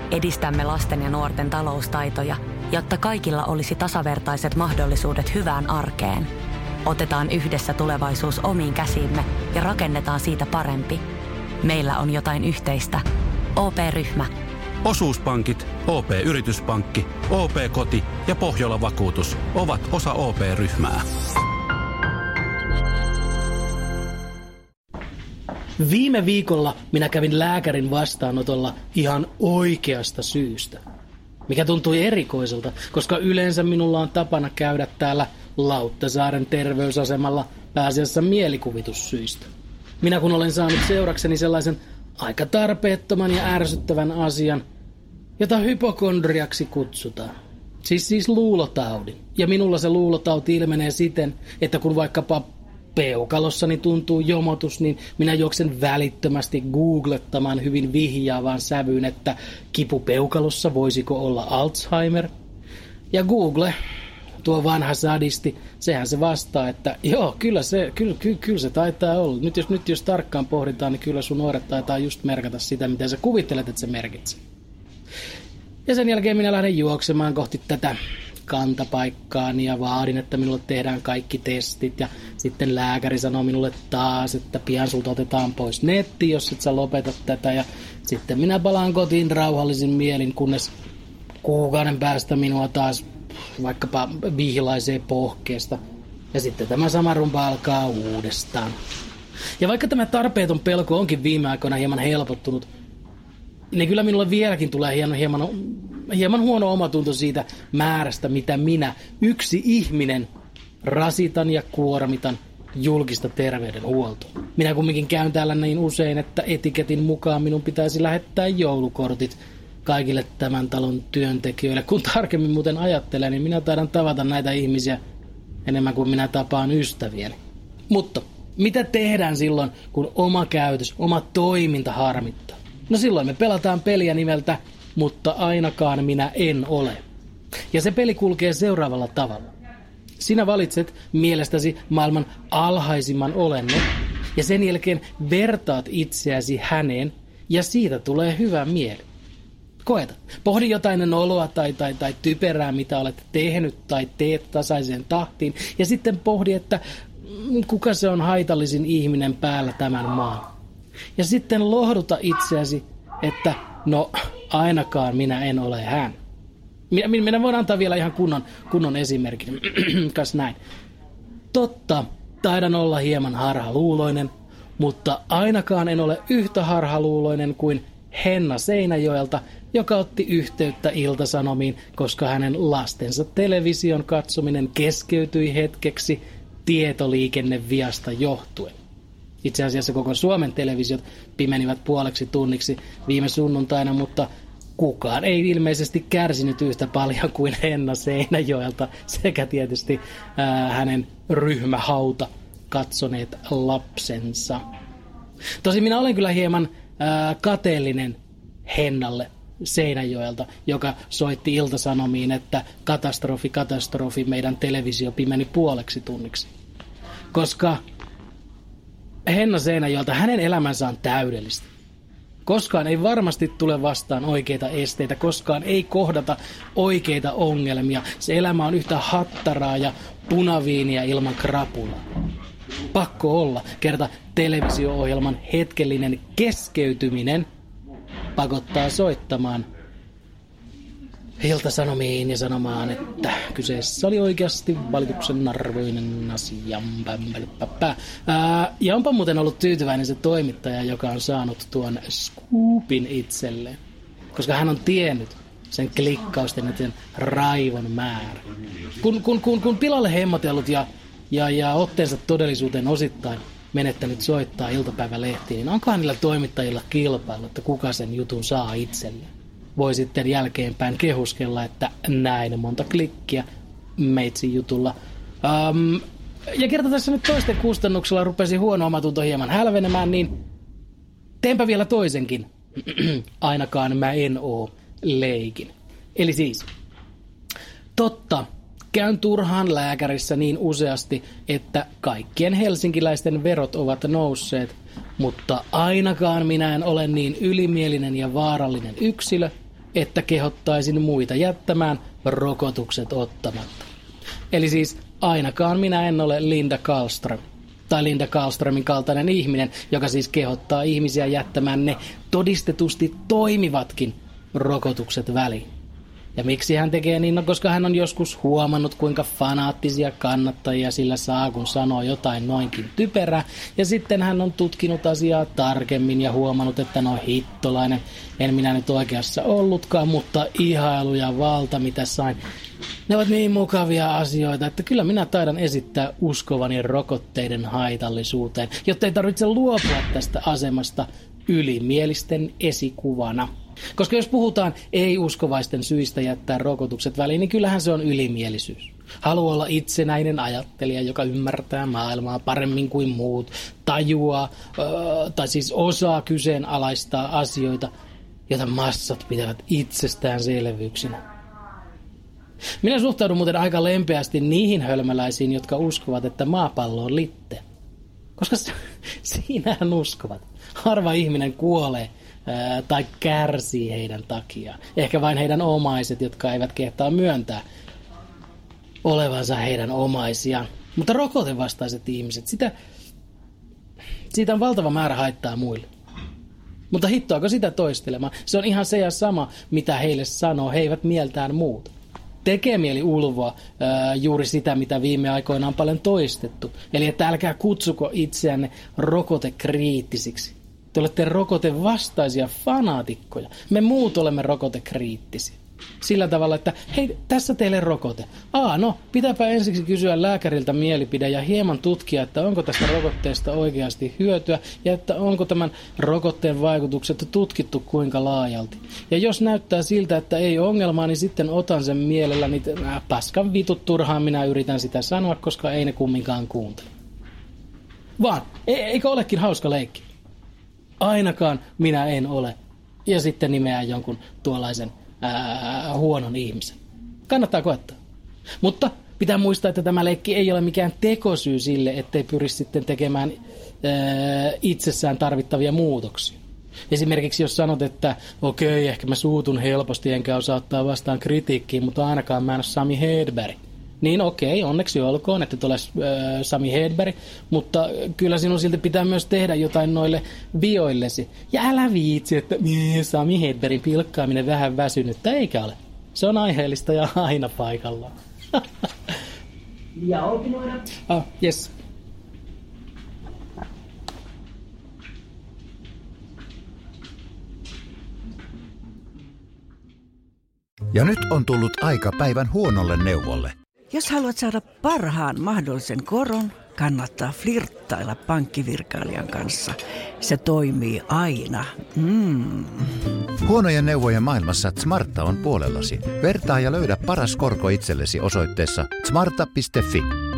edistämme lasten ja nuorten taloustaitoja, jotta kaikilla olisi tasavertaiset mahdollisuudet hyvään arkeen. Otetaan yhdessä tulevaisuus omiin käsiimme ja rakennetaan siitä parempi. Meillä on jotain yhteistä. OP-ryhmä. Osuuspankit, OP-yrityspankki, OP-koti ja Pohjola-vakuutus ovat osa OP-ryhmää. Viime viikolla minä kävin lääkärin vastaanotolla ihan oikeasta syystä. Mikä tuntui erikoiselta, koska yleensä minulla on tapana käydä täällä Lauttasaaren terveysasemalla pääasiassa mielikuvitussyistä. Minä kun olen saanut seurakseni sellaisen aika tarpeettoman ja ärsyttävän asian, jota hypokondriaksi kutsutaan. Siis luulotaudin. Ja minulla se luulotauti ilmenee siten, että kun vaikkapa peukalossani tuntuu jomotus, niin minä juoksen välittömästi googlettamaan hyvin vihjaavaan sävyyn, että kipu peukalossa voisiko olla Alzheimer. Ja Google, tuo vanha sadisti, sehän se vastaa, että joo, kyllä se taitaa olla. Nyt jos tarkkaan pohditaan, niin kyllä sun oiret taitaa just merkata sitä, mitä sä kuvittelet, että se merkitsee. Ja sen jälkeen minä lähden juoksemaan kohti tätä kantapaikkaani ja vaadin, että minulle tehdään kaikki testit. Ja sitten lääkäri sanoo minulle taas, että pian sulta otetaan pois netti, jos et sä lopeta tätä. Ja sitten minä palaan kotiin rauhallisin mielin, kunnes kuukauden päästä minua taas vaikkapa vihilaisee pohkeesta. Ja sitten tämä sama rumpa alkaa uudestaan. Ja vaikka tämä tarpeeton pelko onkin viime aikoina hieman helpottunut, niin kyllä minulle vieläkin tulee hieman huono omatunto siitä määrästä, mitä minä, yksi ihminen, rasitan ja kuormitan julkista terveydenhuoltoa. Minä kumminkin käyn täällä niin usein, että etiketin mukaan minun pitäisi lähettää joulukortit kaikille tämän talon työntekijöille. Kun tarkemmin muuten ajattelen, niin minä taidan tavata näitä ihmisiä enemmän kuin minä tapaan ystäviäni. Mutta mitä tehdään silloin, kun oma käytös, oma toiminta harmittaa? No silloin me pelataan peliä nimeltä, mutta ainakaan minä en ole. Ja se peli kulkee seuraavalla tavalla. Sinä valitset mielestäsi maailman alhaisimman olennon ja sen jälkeen vertaat itseäsi häneen ja siitä tulee hyvä mieli. Koeta. Pohdi jotain noloa tai typerää, mitä olet tehnyt tai teet tasaiseen tahtiin ja sitten pohdi, että kuka se on haitallisin ihminen päällä tämän maan. Ja sitten lohduta itseäsi, että no ainakaan minä en ole hän. Minä voin antaa vielä ihan kunnon esimerkin. Kas näin. Totta, taidan olla hieman harhaluuloinen, mutta ainakaan en ole yhtä harhaluuloinen kuin Henna Seinäjoelta, joka otti yhteyttä Ilta-Sanomiin, koska hänen lastensa television katsominen keskeytyi hetkeksi tietoliikenneviasta johtuen. Itse asiassa koko Suomen televisiot pimenivät puoleksi tunniksi viime sunnuntaina, mutta kukaan ei ilmeisesti kärsinyt yhtä paljon kuin Henna Seinäjoelta sekä tietysti hänen ryhmähauta katsoneet lapsensa. Tosin minä olen kyllä hieman kateellinen Hennalle Seinäjoelta, joka soitti Ilta-Sanomiin, että katastrofi, meidän televisio pimeni puoleksi tunniksi. Koska Henna Seinäjoelta, hänen elämänsä on täydellistä. Koskaan ei varmasti tule vastaan oikeita esteitä, koskaan ei kohdata oikeita ongelmia. Se elämä on yhtä hattaraa ja punaviiniä ilman krapulaa. Pakko olla, kerta televisio-ohjelman hetkellinen keskeytyminen pakottaa soittamaan Ilta-Sanomiin ja sanomaan, että kyseessä oli oikeasti valituksen arvoinen asia. Ja onpa muuten ollut tyytyväinen se toimittaja, joka on saanut tuon scoopin itselleen. Koska hän on tiennyt sen klikkausten ja sen raivon määrä. Kun pilalle hemmotellut ja otteensa todellisuuteen osittain menettänyt soittaa iltapäivälehtiin, niin onkohan niillä toimittajilla kilpailu, että kuka sen jutun saa itselleen? Voi sitten jälkeenpäin kehuskella, että näin monta klikkiä meitsin jutulla. Ja kerta tässä nyt toisten kustannuksella rupesi huono omatunto hieman hälvenemään, niin teenpä vielä toisenkin. Ainakaan mä en oo leikin. Eli siis, totta, käyn turhaan lääkärissä niin useasti, että kaikkien helsinkiläisten verot ovat nousseet, mutta ainakaan minä en ole niin ylimielinen ja vaarallinen yksilö, että kehottaisin muita jättämään rokotukset ottamatta. Eli siis ainakaan minä en ole Linda Karlström. Tai Linda Karlströmin kaltainen ihminen, joka siis kehottaa ihmisiä jättämään ne todistetusti toimivatkin rokotukset väliin. Ja miksi hän tekee niin? No, koska hän on joskus huomannut, kuinka fanaattisia kannattajia sillä saa, kun sanoo jotain noinkin typerää. Ja sitten hän on tutkinut asiaa tarkemmin ja huomannut, että no hittolainen, en minä nyt oikeassa ollutkaan, mutta ihailu ja valta, mitä sain. Ne ovat niin mukavia asioita, että kyllä minä taidan esittää uskovani rokotteiden haitallisuuteen, jotta ei tarvitse luopua tästä asemasta ylimielisten esikuvana. Koska jos puhutaan ei-uskovaisten syistä jättää rokotukset väliin, niin kyllähän se on ylimielisyys. Haluaa olla itsenäinen ajattelija, joka ymmärtää maailmaa paremmin kuin muut, tajuaa tai siis osaa kyseenalaistaa asioita, joita massat pitävät itsestäänselvyyksinä. Minä suhtaudun muuten aika lempeästi niihin hölmöläisiin, jotka uskovat, että maapallo on litte. Koska siinähän uskovat. Harva ihminen kuolee tai kärsii heidän takiaan. Ehkä vain heidän omaiset, jotka eivät kehtaa myöntää olevansa heidän omaisiaan. Mutta rokotevastaiset ihmiset, siitä on valtava määrä haittaa muille. Mutta hittoako sitä toistelemaan? Se on ihan se ja sama, mitä heille sanoo. He eivät mieltään muuta. Tekee mieli ulvoa juuri sitä, mitä viime aikoina on paljon toistettu. Eli että älkää kutsuko itseänne rokotekriittisiksi. Te olette rokotevastaisia fanaatikkoja. Me muut olemme rokotekriittisiä. Sillä tavalla, että hei, tässä teille rokote. No, pitääpä ensiksi kysyä lääkäriltä mielipide ja hieman tutkia, että onko tästä rokotteesta oikeasti hyötyä ja että onko tämän rokotteen vaikutukset tutkittu kuinka laajalti. Ja jos näyttää siltä, että ei ongelmaa, niin sitten otan sen mielelläni, paskan vitut turhaan minä yritän sitä sanoa, koska ei ne kumminkaan kuuntele. Vaan, eikö olekin hauska leikki? Ainakaan minä en ole. Ja sitten nimeää jonkun tuollaisen huonon ihmisen. Kannattaa koettaa. Mutta pitää muistaa, että tämä leikki ei ole mikään tekosyy sille, ettei pyri sitten tekemään itsessään tarvittavia muutoksia. Esimerkiksi jos sanot, että okei, ehkä mä suutun helposti enkä osaa ottaa vastaan kritiikkiin, mutta ainakaan mä en ole Sami Hedberg. Niin okei, onneksi olkoon, että et ole Sami Hedberg, mutta kyllä sinun silti pitää myös tehdä jotain noille bioillesi. Ja älä viitsi, että Sami Hedbergin pilkkaaminen vähän väsynyttä, eikä ole. Se on aiheellista ja aina paikallaan. Ja Olkinoida. Yes. Ja nyt on tullut aika päivän huonolle neuvolle. Jos haluat saada parhaan mahdollisen koron, kannattaa flirttailla pankkivirkailijan kanssa. Se toimii aina. Huonojen neuvojen maailmassa Smarta on puolellasi. Vertaa ja löydä paras korko itsellesi osoitteessa smarta.fi.